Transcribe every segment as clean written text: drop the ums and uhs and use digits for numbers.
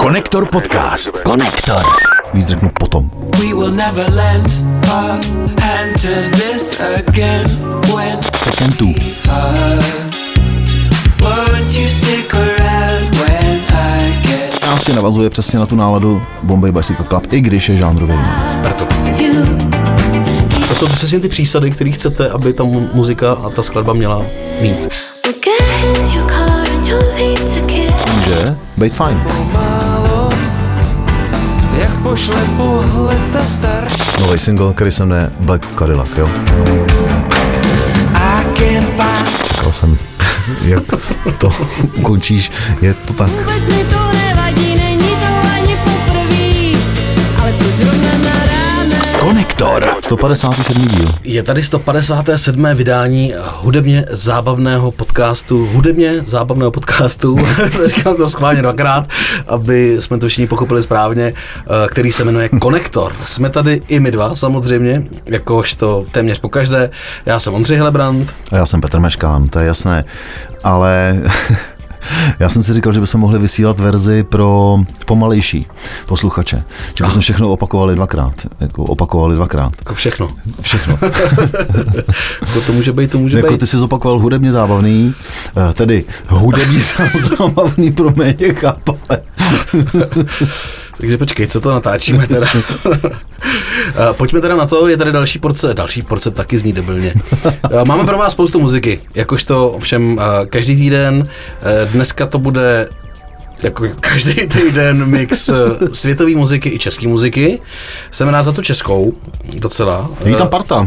Konektor podcast. Konektor. Víc řeknu potom. Tekken 2. Asi navazuje přesně na tu náladu Bombay Bicycle Club, i když je žánrově jiný. To jsou přesně ty přísady, které chcete, aby ta muzika a ta skladba měla mít. Může být fajn. Nový single, který se jmenuje Black Cadillac, jo? Čekal jsem, jak to ukončíš, je to tak. Vůbec mi to nevadí, není to ani poprvý, ale to zrovna na ráne. Konektor. 157. díl. Je tady 157. vydání hudebně zábavného podcastu, říkám to schválně dvakrát, aby jsme to všichni pochopili správně, který se jmenuje Konektor. Jsme tady i my dva samozřejmě, jakožto téměř pokaždé. Já jsem Ondřej Helebrant. A já jsem Petr Meškán, to je jasné, ale já jsem si říkal, že bychom mohli vysílat verzi pro pomalejší posluchače. Že bychom všechno opakovali dvakrát. Jako všechno. Všechno. Jako to může být. Jako ty jsi zopakoval hudebně zábavný, tedy hudebně zábavný pro méně chápale. Takže počkej, co to natáčíme teda? Pojďme teda na to, je tady další porce taky zní debilně. Máme pro vás spoustu muziky, jakožto ovšem každý týden, dneska to bude jako každý týden mix světové muziky i české muziky. Jsem rád za tu českou, docela. Je tam parta.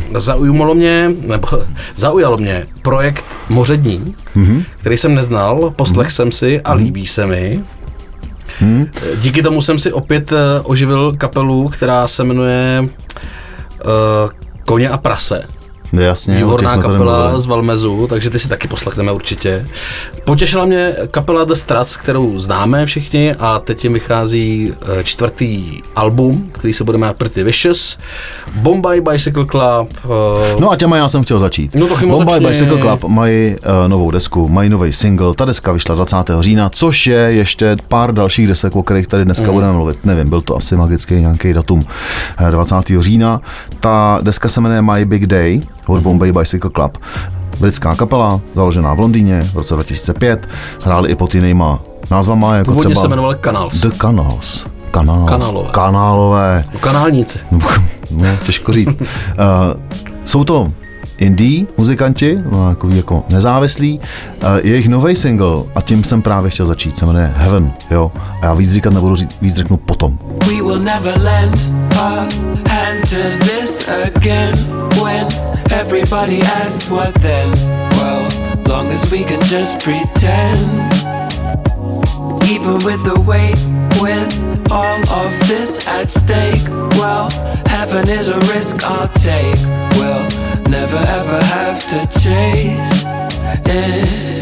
Zaujalo mě projekt Mořední, který jsem neznal, poslechl jsem si a líbí se mi. Díky tomu jsem si opět oživil kapelu, která se jmenuje Koně a prase. Jasně, výborná kapela z Valmezu, takže ty si taky poslechneme určitě. Potěšila mě kapela The Struts, kterou známe všichni, a teď jim vychází čtvrtý album, který se bude jmenovat Pretty Vicious. Bombay Bicycle Club. No a těma já jsem chtěl začít. No Bombay Bicycle Club mají novou desku, mají nový single. Ta deska vyšla 20. října, což je ještě pár dalších desek, o kterých tady dneska budeme mluvit. Nevím, byl to asi magický nějaký datum 20. října. Ta deska se jmenuje My Big Day od Bombay Bicycle Club. Britská kapela, založená v Londýně v roce 2005, hráli i pod jinýma názvama, jako původně třeba se jmenovali Canals. The Canals. Kanálové. Kanálníci. No, těžko říct. Jsou to indie muzikanti, jako nezávislí. Jejich nový single, a tím jsem právě chtěl začít, se jmenuje Heaven, jo. A já víc říkat nebudu, víc řeknu potom. We will never lend a hand to this again. When everybody asks what then, well, long as we can just pretend. Even with the weight, with all of this at stake, well, heaven is a risk I'll take. We'll never ever have to chase it.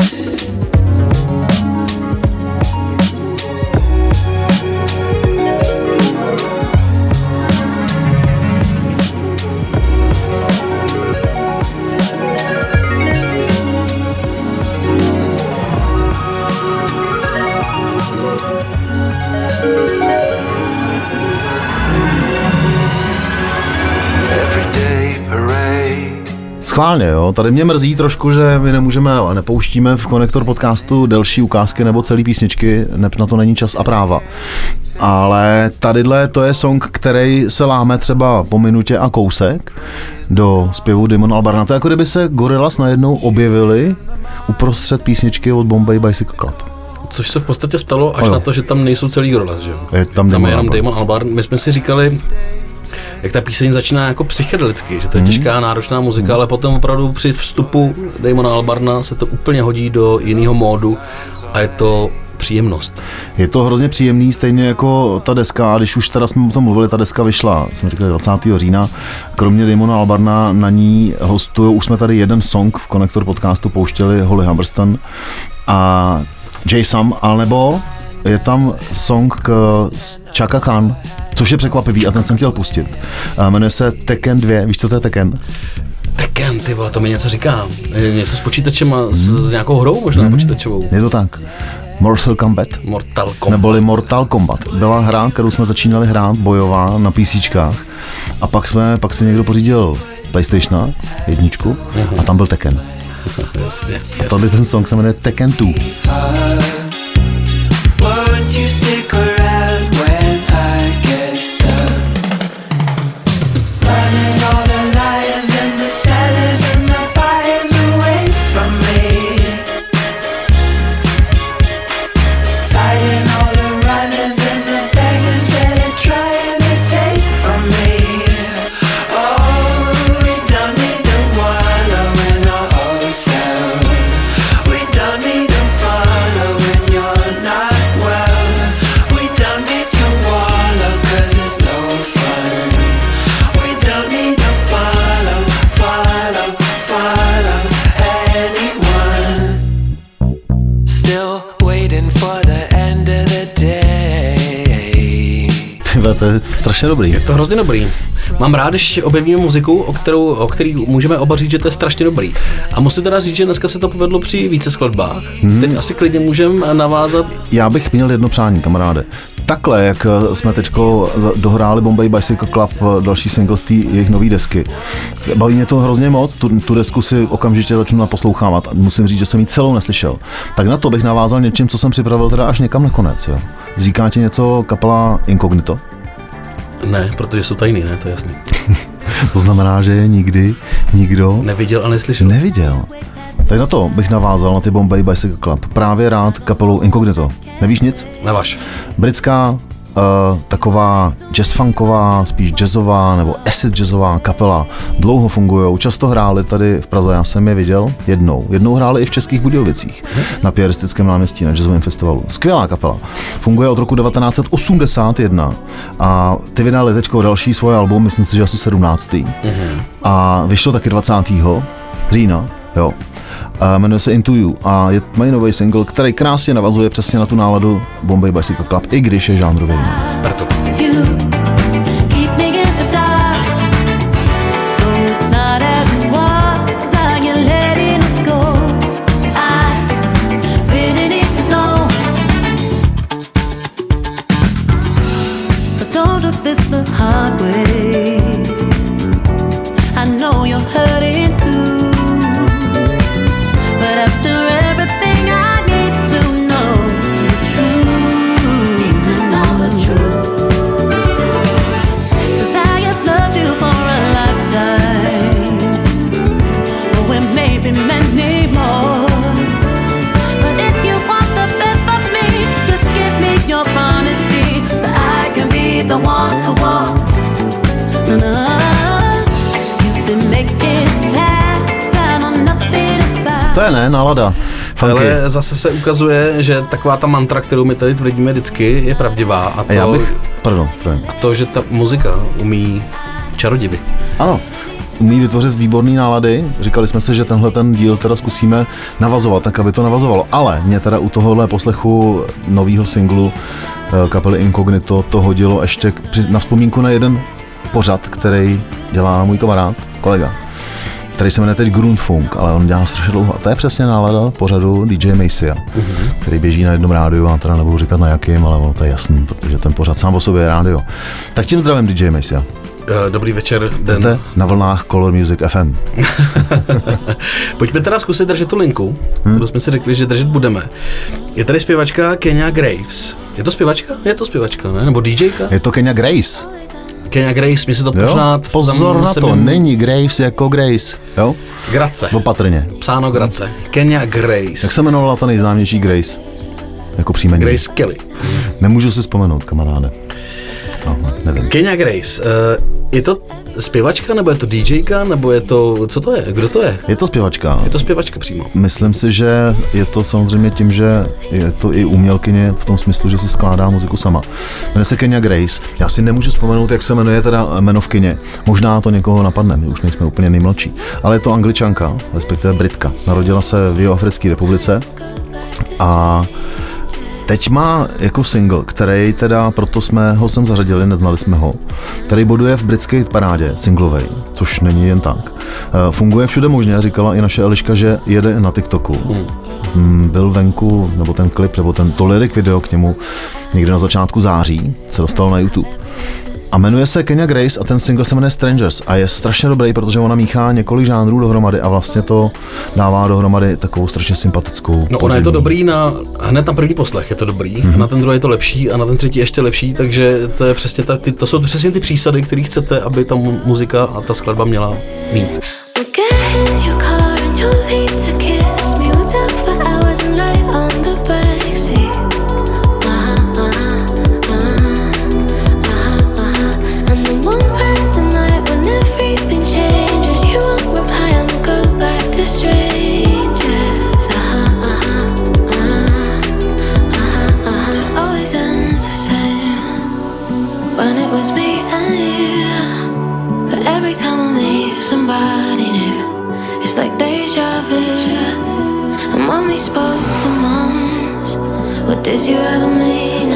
Schválně, jo. Tady mě mrzí trošku, že my nemůžeme a nepouštíme v Konektor podcastu delší ukázky nebo celý písničky, na to není čas a práva. Ale tadyhle to je song, který se láme třeba po minutě a kousek do zpěvu Damon Albarna. To je jako kdyby se Gorillaz najednou objevili uprostřed písničky od Bombay Bicycle Club. Což se v podstatě stalo až na to, že tam nejsou celý Gorillaz, že jo? Tam je jenom Damon Albarn. My jsme si říkali, jak ta píseň začíná jako psychedelicky, že to je těžká, náročná muzika, ale potom opravdu při vstupu Damona Albarna se to úplně hodí do jiného módu a je to příjemnost. Je to hrozně příjemný, stejně jako ta deska, když už teda jsme o tom mluvili, ta deska vyšla, jsme říkali 20. října, kromě Damona Albarna na ní hostují, už jsme tady jeden song v Konektor podcastu pouštěli, Holly Humberstone a Jay Sam, alebo je tam song z Chaka Khan, což je překvapivý a ten jsem chtěl pustit. Jmenuje se Tekken 2, víš, co to je Tekken? Tekken, ty vole, to mi něco říká. Něco s počítačem a s nějakou hrou možná počítačovou. Je to tak. Mortal Kombat. Mortal Kombat. Neboli Mortal Kombat. Byla hra, kterou jsme začínali hrát, bojová na PCčkách. A pak si někdo pořídil PlayStation 1 a tam byl Tekken. Jasně. A tady ten song se jmenuje Tekken 2. Won't you stick around when I get stuck? Running all the liars and the sellers and the buyers away from me. Fighting all the runners and the beggars that are trying to take from me. Oh, we don't need to wallow in our ourselves. We don't need to follow when you're not well. We don't need to wallow 'cause it's no fun. We don't need to follow anyone. Still waiting for the end of the day. To je strašně dobrý. Je to hrozně dobrý. Mám rád, když objevíme muziku, o který můžeme oba říct, že to je strašně dobrý. A musím teda říct, že dneska se to povedlo při více skladbách. Teď asi klidně můžeme navázat. Já bych měl jedno přání, kamaráde. Takhle, jak jsme teďko dohráli Bombay Bicycle Club, další single z té jejich nové desky. Baví mě to hrozně moc, tu desku si okamžitě začnu naposlouchávat a musím říct, že jsem ji celou neslyšel. Tak na to bych navázal něčím, co jsem připravil teda až někam nakonec. Jo. Říká ti něco kapela Incognito? Ne, protože jsou tajný, ne, to je jasný. To znamená, že je nikdy nikdo Neviděl a neslyšel. neviděl. Tak na to bych navázal, na ty Bombay Bicycle Club. Právě rád kapelu Incognito. Nevíš nic? Neváš. Britská taková jazzfunková, spíš jazzová nebo acid jazzová kapela. Dlouho fungujou, často hráli tady v Praze, já jsem je viděl jednou hráli i v Českých Budějovicích na Piaristickém náměstí na jazzovém festivalu. Skvělá kapela. Funguje od roku 1981 a ty vydali teďko další svoje album, myslím si, že asi 17. A vyšlo taky 20. října, jo. Jmenuje se Into You a mají nový single, který krásně navazuje přesně na tu náladu Bombay Bicycle Club, i když je žánrově jiný. Berto. To je ne, nálada. Funky. Ale zase se ukazuje, že taková ta mantra, kterou my tady tvrdíme vždycky, je pravdivá. A to, že ta muzika umí čarodivy. Ano, umí vytvořit výborný nálady. Říkali jsme si, že tenhle ten díl teda zkusíme navazovat, tak aby to navazovalo. Ale mě teda u tohohle poslechu nového singlu kapely Incognito to hodilo ještě na vzpomínku na jeden pořad, který dělá můj kamarád, kolega, který se jmenuje teď Grundfunk, ale on dělá strašně dlouho. A to je přesně nálada pořadu DJ Macia, který běží na jednom rádiu, a teda nebudu říkat na jakým, ale ono to je jasný, protože ten pořad sám o sobě je rádio. Tak tím zdravím DJ Macia. Dobrý večer. Zde na vlnách Color Music FM. Pojďme teda zkusit držet tu linku, kterou jsme si řekli, že držet budeme. Je tady zpěvačka Kenya Graves. Je to zpěvačka? Je to zpěvačka, ne? Nebo DJka? Je to Kenya Grace. Kenya Grace, mě se to pořád... Pozor na to, není Graves jako Grace, jo? Grace. Opatrně. Psáno Grace. Kenya Grace. Jak se jmenovala ta nejznámější Grace? Jako příjmení. Grace Kelly. Nemůžu si vzpomenout, kamaráde. No, nevím. Kenya Grace. Je to zpěvačka, nebo je to DJka, nebo je to... Co to je? Kdo to je? Je to zpěvačka. Je to zpěvačka přímo. Myslím si, že je to samozřejmě tím, že je to i umělkyně v tom smyslu, že si skládá muziku sama. Jmenuje se Kenya Grace. Já si nemůžu vzpomenout, jak se jmenuje teda jmenovkyně. Možná to někoho napadne, my už nejsme úplně nejmladší. Ale je to Angličanka, respektive Britka. Narodila se v Jihoafrické republice a teď má jako single, který teda, proto jsme ho sem zařadili, neznali jsme ho, který boduje v britské parádě singlovej, což není jen tak. Funguje všude možně, říkala i naše Eliška, že jede na TikToku. byl venku, nebo ten klip, nebo to lyric video k němu někdy na začátku září, se dostal na YouTube. A jmenuje se Kenya Grace a ten single se jmenuje Strangers a je strašně dobrý, protože ona míchá několik žánrů dohromady a vlastně to dává dohromady takovou strašně sympatickou. No ona je to dobrý hned na první poslech je to dobrý, a na ten druhý je to lepší a na ten třetí ještě lepší, takže to je přesně to jsou přesně ty přísady, které chcete, aby ta muzika a ta skladba měla mít. Somebody new, it's like deja vu. And when we spoke for months, what did you ever mean?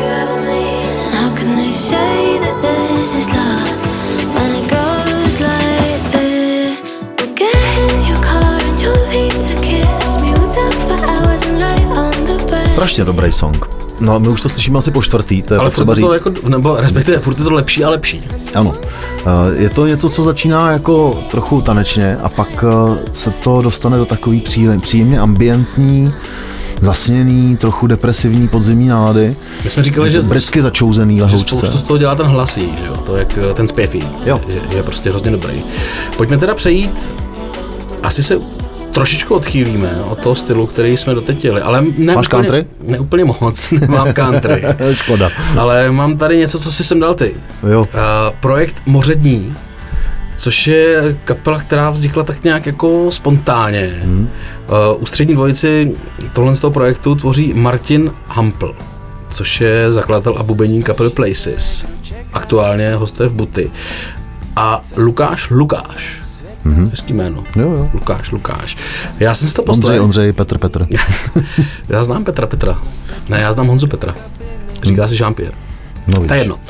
And how can they say that this is love when it goes like this? We'll get in your car and you'll leave to kiss me. We'll talk for hours and lie on the bed. Strašně dobrý song. No, my už to slyšíme asi po čtvrtý, to je potřeba říct. Jako, nebo respektive furt je to lepší a lepší. Ano. Je to něco, co začíná jako trochu tanečně a pak se to dostane do takový příjemně ambientní, zasněný, trochu depresivní podzimní nálady. My jsme říkali, že britsky začouzený lehoučce. Spoustu z toho dělá ten hlas, že jo, to jak ten zpěv je prostě hrozně dobrý. Pojďme teda přejít, asi se trošičku odchýlíme od toho stylu, který jsme doteď jeli, ale Máš country? Ne úplně moc, nemám country. Škoda. Ale mám tady něco, co si sem dal ty. Jo. Projekt Moře dní, což je kapela, která vznikla tak nějak jako spontánně. Ústřední dvojici tohle z toho projektu tvoří Martin Hampl, což je zakladatel a bubeník kapely Places. Aktuálně hostuje v Buty. A Lukáš. Hezký jméno. Jo. Lukáš. Já jsem si to poslal. Ondřej, Petr. Já znám Petra. Ne, já znám Honzu Petra. Říká si Jean-Pierre. No, to je jedno.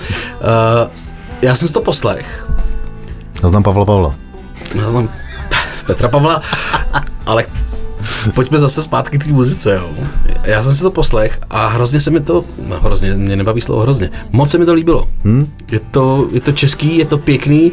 Já jsem si to poslech. Já znám Pavla. Já znám Petra Pavla, ale pojďme zase zpátky k té muzice, jo. Já jsem si to poslech a hrozně se mi to, mě nebaví slovo hrozně, moc se mi to líbilo. Je to český, je to pěkný.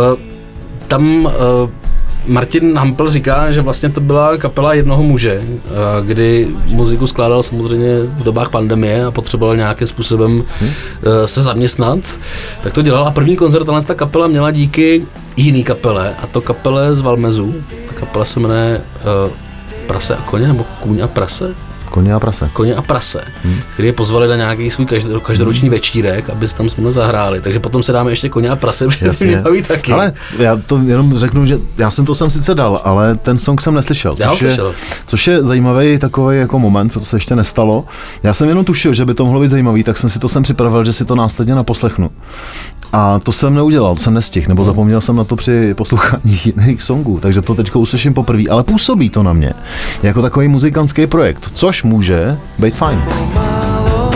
Tam Martin Hampl říká, že vlastně to byla kapela jednoho muže, kdy muziku skládal samozřejmě v dobách pandemie a potřeboval nějakým způsobem se zaměstnat, tak to dělal a první koncert ta kapela měla díky jiný kapele, a to kapele z Valmezu. Ta kapela se jmenuje Prase a koně, nebo Kůň a prase? Koně a prase, který je pozvali na nějaký svůj každoroční večírek, aby se tam s nimi zahráli. Takže potom se dáme ještě Koně a prase, protože to mě baví taky. Ale já to jenom řeknu, že já jsem to sem sice dal, ale ten song jsem neslyšel. Což je zajímavý takový jako moment, protože se ještě nestalo. Já jsem jenom tušil, že by to mohlo být zajímavý, tak jsem si to sem připravil, že si to následně naposlechnu. A to jsem neudělal, to jsem nestihl, nebo zapomněl jsem na to při poslouchání jiných songů, takže to teďko uslyším poprvé, ale působí to na mě jako takový muzikantský projekt, což může být fajn. Málo,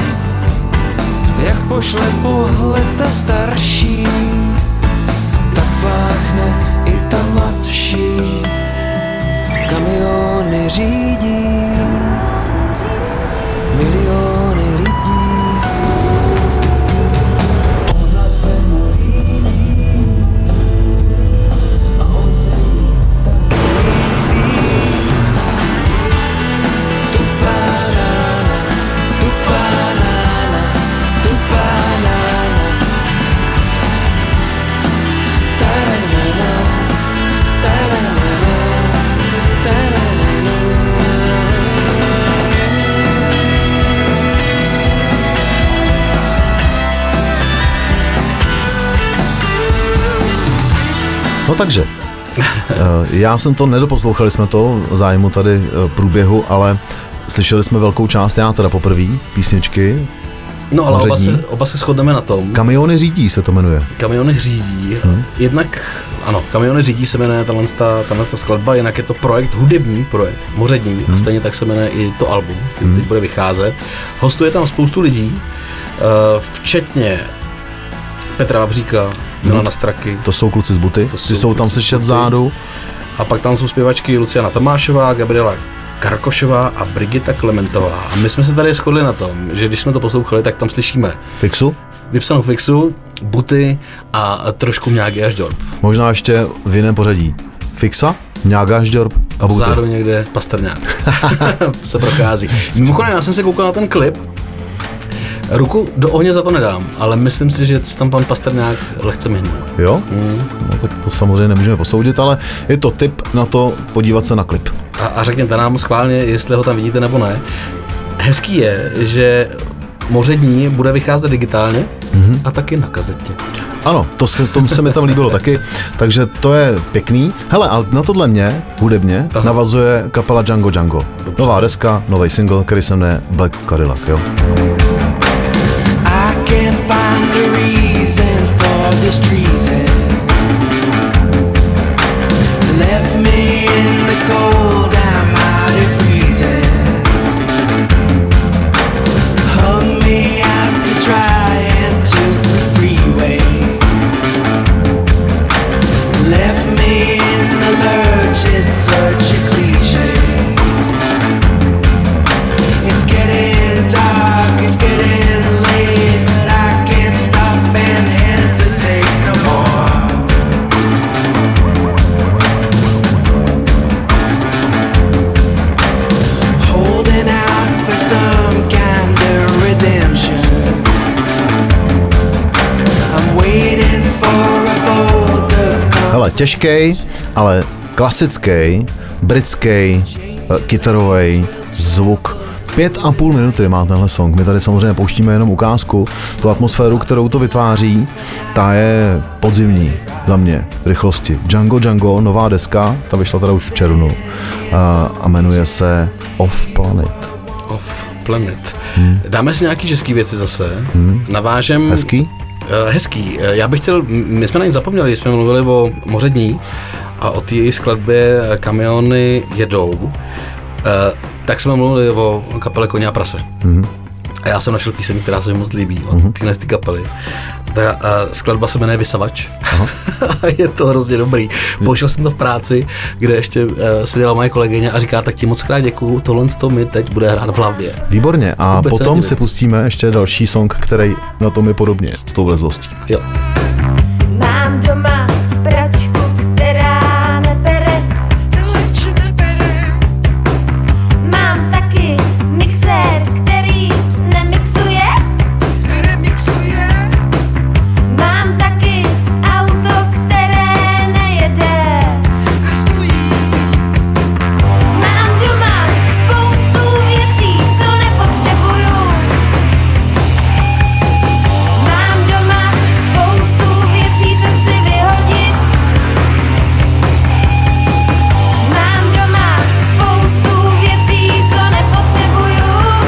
jak pošle pohled ta starší, tak pláchne i ta mladší. Kamiony řídí miliony lidí. Ona se mu líbí a on se jí taky líbí. Tu banána, tu banána, tu banána. Ta-ra-na-na, ta-ra-na-na, ta-ra-na-na. No takže, já jsem to nedoposlouchali jsme to zájmu tady průběhu, ale slyšeli jsme velkou část, já teda poprvé, písničky. No ale oba se shodneme na tom. Kamiony řídí se to jmenuje. Kamiony řídí. Jednak, ano, Kamiony řídí se jmenuje tato skladba, jinak je to hudební projekt Moře dní, a stejně tak se jmenuje i to album, který teď bude vycházet. Hostuje tam spoustu lidí, včetně Petra Vavříka, Milana Straky. To jsou kluci z Buty, ty jsou tam slyšet vzadu. A pak tam jsou zpěvačky Luciana Tomášová, Gabriela Karkošová a Brigita Klementová. A my jsme se tady shodli na tom, že když jsme to poslouchali, tak tam slyšíme Fixu? vypsanou Fixu, Buty a trošku Mňágy až Dorp. Možná ještě v jiném pořadí. Fixa, Mňága až Dorp a Buty. Vzadu někde Pastrňák se prochází. Mimochodem, já jsem se koukal na ten klip. Ruku do ohně za to nedám, ale myslím si, že tam pan Pastrňák lehce mihnul. Jo? No tak to samozřejmě nemůžeme posoudit, ale je to tip na to podívat se na klip. A řekněte nám schválně, jestli ho tam vidíte nebo ne. Hezký je, že Moře dní bude vycházet digitálně a taky na kazetě. Ano, to se mi tam líbilo taky, takže to je pěkný. Hele, ale na tohle mě, hudebně, navazuje kapela Django Django. Dobře. Nová deska, nový single, který se jmenuje Black Cadillac, jo. I can't find a reason for this treason. Left me in the cold, I'm out of freezing. Hung me out to dry and took the freeway. Left me in the lurch, it's such a cliche. It's getting dark, it's getting late, but I can't stop and hesitate no more. Holding out for some kind of redemption. I'm waiting for a bolt of Hele, těžký, ale klasický, britský, kytarový zvuk. 5,5 minuty má tenhle song. My tady samozřejmě pouštíme jenom ukázku. Tu atmosféru, kterou to vytváří, ta je podzimní za mě v rychlosti. Django Django, nová deska, ta vyšla teda už v červnu a jmenuje se Off Planet. Off Planet. Dáme si nějaký český věci zase. Navážem... Hezký? Hezký. Já bych chtěl, my jsme na nic zapomněli, když jsme mluvili o Moře dní a o té skladbě Kamiony jedou, tak jsme mluvili o kapele Koně a prase. A já jsem našel píseň, která se mi moc líbí od téhle kapely. Ta skladba se jmenuje Vysavač. A je to hrozně dobrý. Poušel jsem to v práci, kde ještě seděla moje kolegyně a říká, tak ti moc krát děkuju, tohle to mi teď bude hrát v hlavě. Výborně. A Vůbec potom nedivím. si pustíme ještě další song, který na tom je podobně, s tou vlezlostí. Jo. Mám doma pračku, která nepere. Mám taky mixér, který nemixuje. Mám taky auto, které nejede. Mám doma spoustu věcí, co nepotřebuju. Mám doma spoustu věcí, co chci vyhodit. Mám doma spoustu věcí, co nepotřebuju.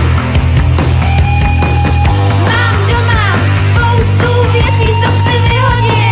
Mám doma spoustu věcí, co chci vyhodit.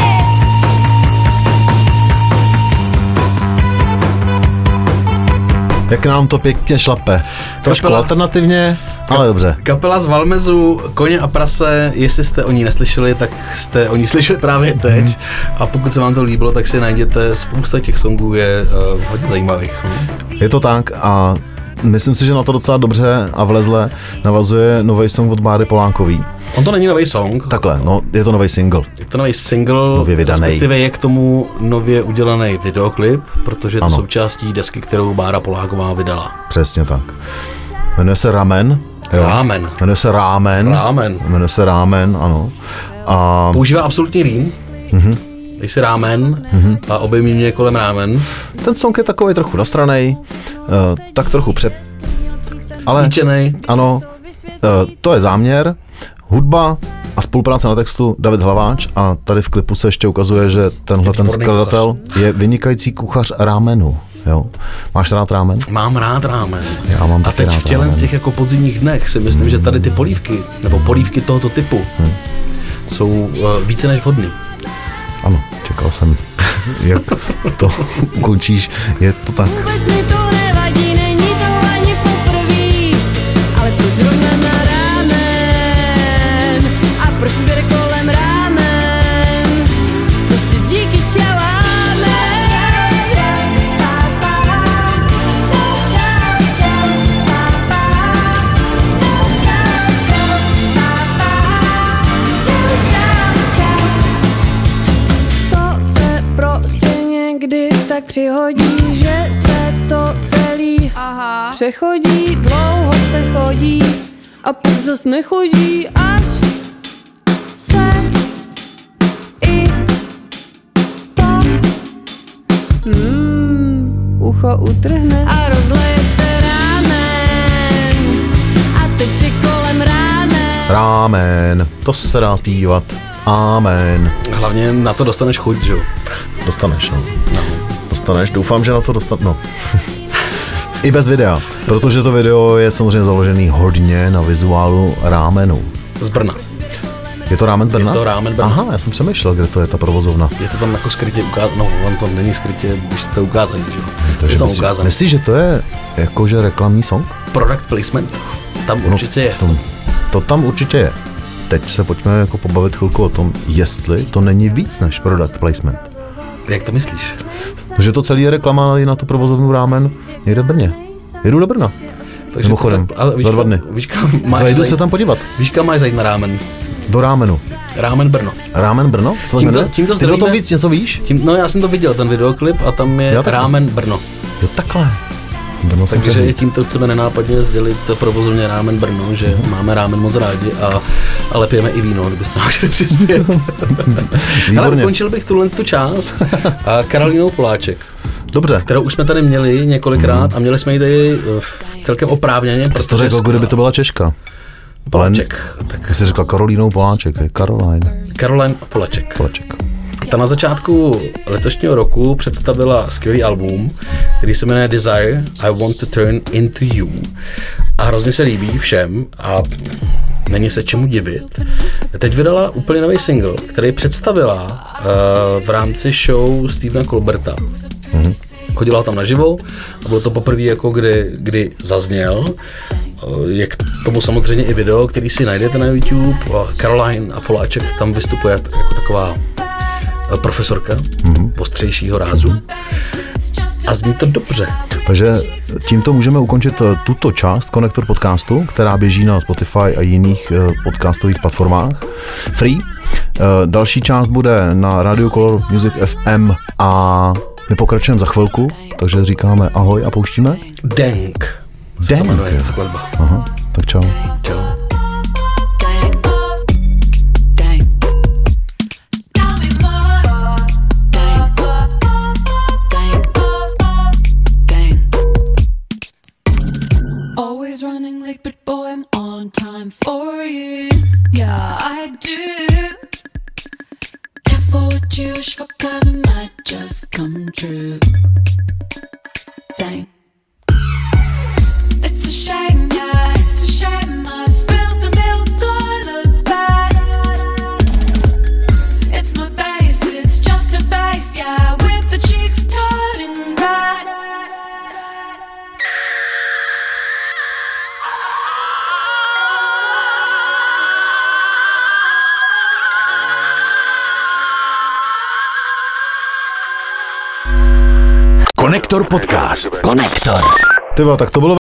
Jak nám to pěkně šlape. Trošku Kapela- alternativně, ale dobře. Kapela z Valmezu, Koně a prase, jestli jste o ní neslyšeli, tak jste o ní slyšeli právě teď. A pokud se vám to líbilo, tak si najděte, spousta těch songů je hodně zajímavých. Je to tak a myslím si, že na to docela dobře a vlezle navazuje nový song od Báry Polánkový. On to není nový song, Takhle, no, je to nový single. je to nový single, Nově vydaný. respektive je k tomu nově udělaný videoklip, protože je to Ano. součástí desky, kterou Bára Poláková vydala. Přesně tak. Jmenuje se Ramen. Jo. Rámen. Jmenuje se Rámen. Rámen. Jmenuje se Rámen, ano. A Používá absolutní rým. Dej si rámen a obejmi mě kolem rámen. ten song je takový trochu nastranej, tak trochu ale Líčenej. ano, to je záměr, hudba a spolupráce na textu David Hlaváč a tady v klipu se ještě ukazuje, že tenhle ten výborný skladatel je vynikající kuchař rámenu. Jo. Máš rád rámen? Mám rád rámen. Já mám A taky teď rád v těle z rámen. těch jako podzimních dnech si myslím, že tady ty polívky, nebo polívky tohoto typu, jsou více než vhodný. Ano, čekal jsem, jak to ukončíš, je to tak. Vůbec mi to nevadí, není to ani poprvý, ale to zrovna na rámen. A proč mi bere kolem rámen? Prostě díky, čau, amen. tak přihodí, že se to celý přechodí, dlouho se chodí a pak zas nechodí, až se i to ucho utrhne a rozleje se rámen a teď si kolem rámen. Rámen, to se dá zpívat. Amen. Hlavně na to dostaneš chuť, že jo? Dostaneš, no. Dostaneš, doufám, že na to no. I bez videa, protože to video je samozřejmě založený hodně na vizuálu rámenu. Z Brna. Je to rámen Brna? Je to rámen Brna. Aha, já jsem přemýšlel, kde to je ta provozovna. Je to tam jako skrytě ukázané, no on to není skrytě, když to ukázaný, že jo? Takže je to ukázané. Myslíš, že to je jakože reklamní song? Product placement, tam určitě je. To tam určitě je. Teď se pojďme jako pobavit chvilku o tom, jestli to není víc než product placement. Jak to myslíš? Že to celý je reklama na tu provozovnu rámen někde v Brně. Jedu do Brna. Takže mimochodem, za 2 dny. Zajdu se tam podívat. Víš, kam máš zajít na rámen? Do rámenu. Rámen Brno. Rámen Brno? Co Tímto Ty o tom víc něco víš? No já jsem to viděl, ten videoklip, a tam je rámen Brno. Jo, takhle. Takže i tímto chceme nenápadně sdělit provozovně rámen Brno, že máme rámen moc rádi ale pijeme i víno, kdybyste nám chtěli přispět. Ale ukončil bych tuhle tu část Karolínou Poláček. Dobře. Kterou už jsme tady měli několikrát a měli jsme ji tady celkem oprávněně. Ty jsi to řekl, kdyby to byla Češka. Poláček. Tak jsi řekla Karolínou Poláček, to je Caroline Poláček. Poláček. Ta na začátku letošního roku představila skvělý album, který se jmenuje Desire, I Want to Turn Into You. A hrozně se líbí všem a není se čemu divit. Teď vydala úplně nový single, který představila v rámci show Stephena Colberta. Chodila ho tam naživo a bylo to poprvé, jako kdy zazněl. Je k tomu samozřejmě i video, který si najdete na YouTube. Caroline a Poláček tam vystupuje jako taková profesorka ostřejšího rázu. A zní to dobře. Takže tímto můžeme ukončit tuto část Konektor podcastu, která běží na Spotify a jiných podcastových platformách. Free. Další část bude na Radio Color Music FM a my pokračujeme za chvilku, takže říkáme ahoj a pouštíme. Dank. Dank. Aha, tak čau. Čau. Running late, but boy, I'm on time for you. Yeah, I do. Careful what you wish for, 'cause it might just come true. Dang. It's a shame, yeah, it's a shame I spilled the milk on the bed. It's my face, it's just a face, yeah, with the cheeks turning red. Konektor podcast. Konektor. Tyba, tak to bylo